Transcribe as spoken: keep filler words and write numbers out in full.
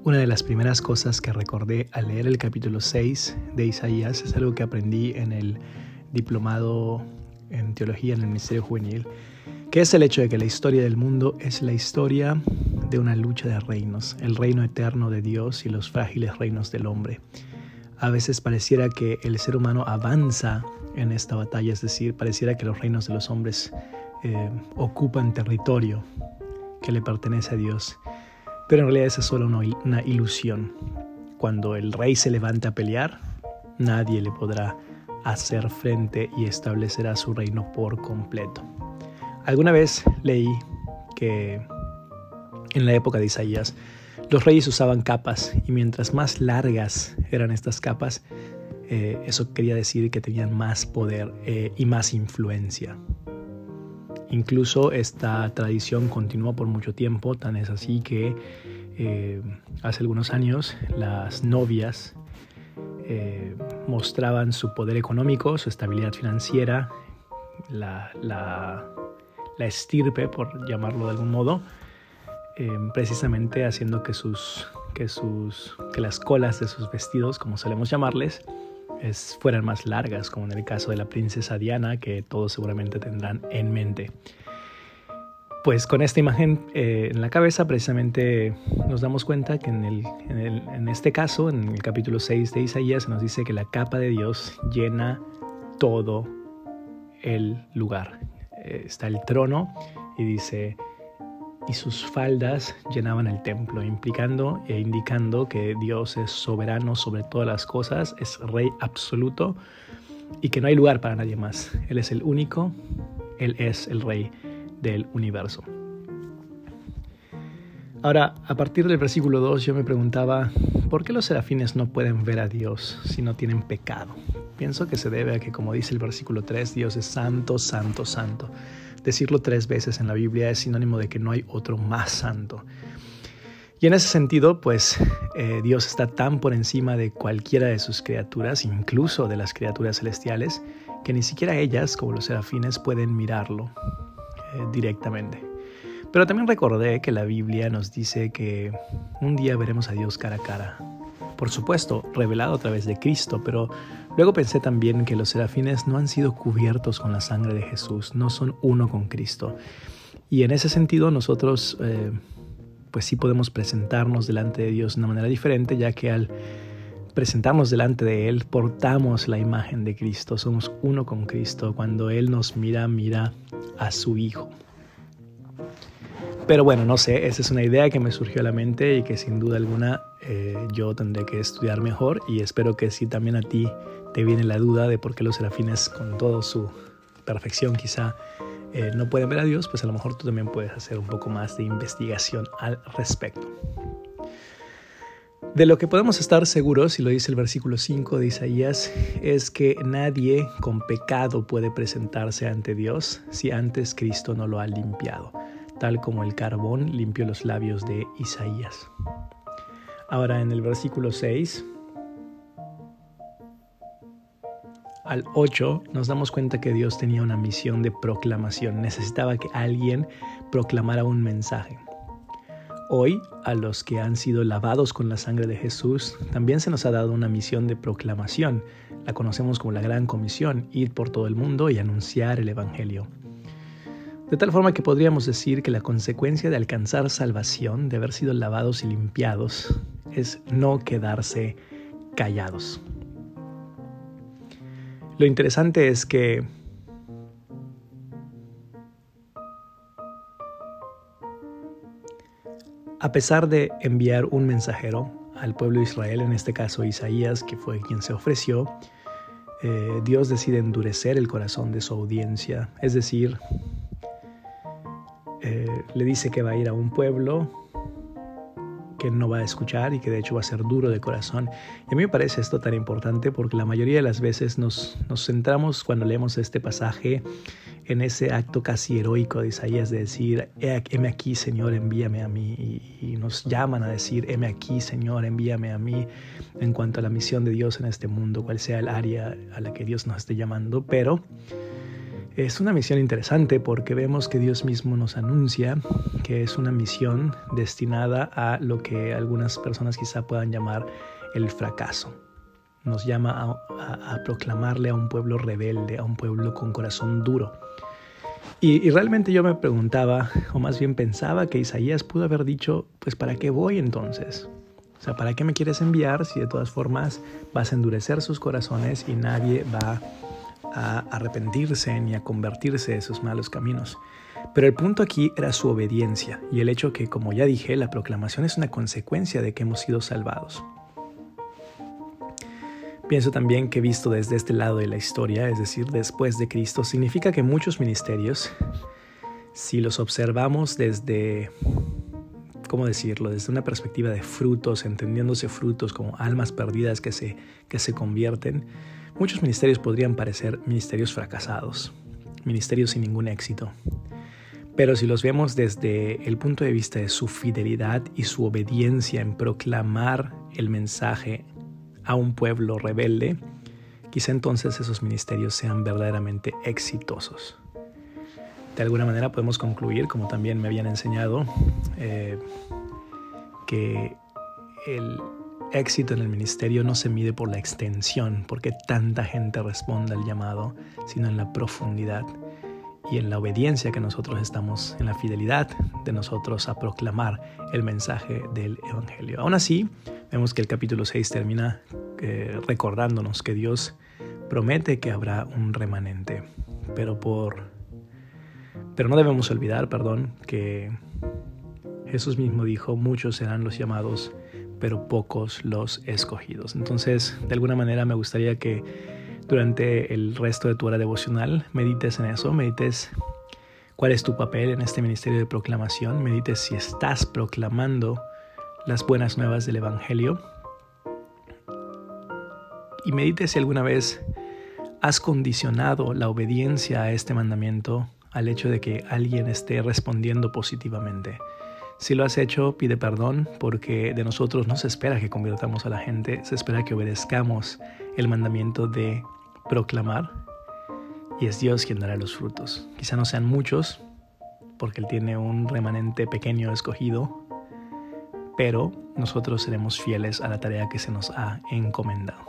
Una de las primeras cosas que recordé al leer el capítulo seis de Isaías es algo que aprendí en el diplomado en teología en el Ministerio Juvenil, que es el hecho de que la historia del mundo es la historia de una lucha de reinos, el reino eterno de Dios y los frágiles reinos del hombre. A veces pareciera que el ser humano avanza en esta batalla, es decir, pareciera que los reinos de los hombres eh, ocupan territorio que le pertenece a Dios. Pero en realidad esa es solo una, una ilusión. Cuando el rey se levanta a pelear, nadie le podrá hacer frente y establecerá su reino por completo. Alguna vez leí que en la época de Isaías los reyes usaban capas y mientras más largas eran estas capas, eh, eso quería decir que tenían más poder eh, y más influencia. Incluso esta tradición continuó por mucho tiempo, tan es así que eh, hace algunos años las novias eh, mostraban su poder económico, su estabilidad financiera, la, la, la estirpe, por llamarlo de algún modo, eh, precisamente haciendo que, sus, que, sus, que las colas de sus vestidos, como solemos llamarles, Es, fueran más largas, como en el caso de la princesa Diana, que todos seguramente tendrán en mente. Pues con esta imagen eh, en la cabeza, precisamente nos damos cuenta que en, el, en, el, en este caso, en el capítulo seis de Isaías, se nos dice que la capa de Dios llena todo el lugar. Eh, está el trono y dice... y sus faldas llenaban el templo, implicando e indicando que Dios es soberano sobre todas las cosas, es rey absoluto y que no hay lugar para nadie más. Él es el único, Él es el rey del universo. Ahora, a partir del versículo dos, yo me preguntaba, ¿por qué los serafines no pueden ver a Dios si no tienen pecado? Pienso que se debe a que, como dice el versículo tres, Dios es santo, santo, santo. Decirlo tres veces en la Biblia es sinónimo de que no hay otro más santo. Y en ese sentido, pues eh, Dios está tan por encima de cualquiera de sus criaturas, incluso de las criaturas celestiales, que ni siquiera ellas, como los serafines, pueden mirarlo eh, directamente. Pero también recordé que la Biblia nos dice que un día veremos a Dios cara a cara. Por supuesto, revelado a través de Cristo, pero luego pensé también que los serafines no han sido cubiertos con la sangre de Jesús, no son uno con Cristo. Y en ese sentido nosotros eh, pues sí podemos presentarnos delante de Dios de una manera diferente, ya que al presentarnos delante de Él portamos la imagen de Cristo, somos uno con Cristo. Cuando Él nos mira, mira a su Hijo. Pero bueno, no sé, esa es una idea que me surgió a la mente y que sin duda alguna eh, yo tendré que estudiar mejor, y espero que si también a ti te viene la duda de por qué los serafines, con toda su perfección quizá, eh, no pueden ver a Dios, pues a lo mejor tú también puedes hacer un poco más de investigación al respecto. De lo que podemos estar seguros, y lo dice el versículo cinco de Isaías, es que nadie con pecado puede presentarse ante Dios si antes Cristo no lo ha limpiado, tal como el carbón limpió los labios de Isaías. Ahora en el versículo seis al ocho nos damos cuenta que Dios tenía una misión de proclamación. Necesitaba que alguien proclamara un mensaje. Hoy, a los que han sido lavados con la sangre de Jesús, también se nos ha dado una misión de proclamación. La conocemos como la Gran Comisión, ir por todo el mundo y anunciar el Evangelio. De tal forma que podríamos decir que la consecuencia de alcanzar salvación, de haber sido lavados y limpiados, es no quedarse callados. Lo interesante es que a pesar de enviar un mensajero al pueblo de Israel, en este caso Isaías, que fue quien se ofreció, eh, Dios decide endurecer el corazón de su audiencia, es decir, Eh, le dice que va a ir a un pueblo que no va a escuchar y que de hecho va a ser duro de corazón. Y a mí me parece esto tan importante porque la mayoría de las veces nos, nos centramos cuando leemos este pasaje en ese acto casi heroico de Isaías de decir, heme aquí, Señor, envíame a mí. Y, y nos llaman a decir, heme aquí, Señor, envíame a mí, en cuanto a la misión de Dios en este mundo, cual sea el área a la que Dios nos esté llamando. Pero Es una misión interesante porque vemos que Dios mismo nos anuncia que es una misión destinada a lo que algunas personas quizá puedan llamar el fracaso. Nos llama a, a, a proclamarle a un pueblo rebelde, a un pueblo con corazón duro. Y, y realmente yo me preguntaba, o más bien pensaba, que Isaías pudo haber dicho, pues ¿para qué voy entonces? O sea, ¿para qué me quieres enviar si de todas formas vas a endurecer sus corazones y nadie va a arrepentirse ni a convertirse de sus malos caminos? Pero el punto aquí era su obediencia y el hecho que, como ya dije, la proclamación es una consecuencia de que hemos sido salvados. Pienso también que visto desde este lado de la historia, es decir, después de Cristo, significa que muchos ministerios, si los observamos desde, ¿cómo decirlo?, desde una perspectiva de frutos, entendiéndose frutos como almas perdidas que se, que se convierten, muchos ministerios podrían parecer ministerios fracasados, ministerios sin ningún éxito. Pero si los vemos desde el punto de vista de su fidelidad y su obediencia en proclamar el mensaje a un pueblo rebelde, quizá entonces esos ministerios sean verdaderamente exitosos. De alguna manera podemos concluir, como también me habían enseñado, eh, que el éxito en el ministerio no se mide por la extensión, porque tanta gente responda al llamado, sino en la profundidad y en la obediencia que nosotros estamos, en la fidelidad de nosotros a proclamar el mensaje del Evangelio. Aún así, vemos que el capítulo seis termina eh, recordándonos que Dios promete que habrá un remanente, pero por, pero no debemos olvidar, perdón, que Jesús mismo dijo: muchos serán los llamados, pero pocos los escogidos. Entonces, de alguna manera me gustaría que durante el resto de tu hora devocional medites en eso, medites cuál es tu papel en este ministerio de proclamación, medites si estás proclamando las buenas nuevas del Evangelio y medites si alguna vez has condicionado la obediencia a este mandamiento al hecho de que alguien esté respondiendo positivamente. Si lo has hecho, pide perdón, porque de nosotros no se espera que convirtamos a la gente, se espera que obedezcamos el mandamiento de proclamar, y es Dios quien dará los frutos. Quizá no sean muchos, porque Él tiene un remanente pequeño escogido, pero nosotros seremos fieles a la tarea que se nos ha encomendado.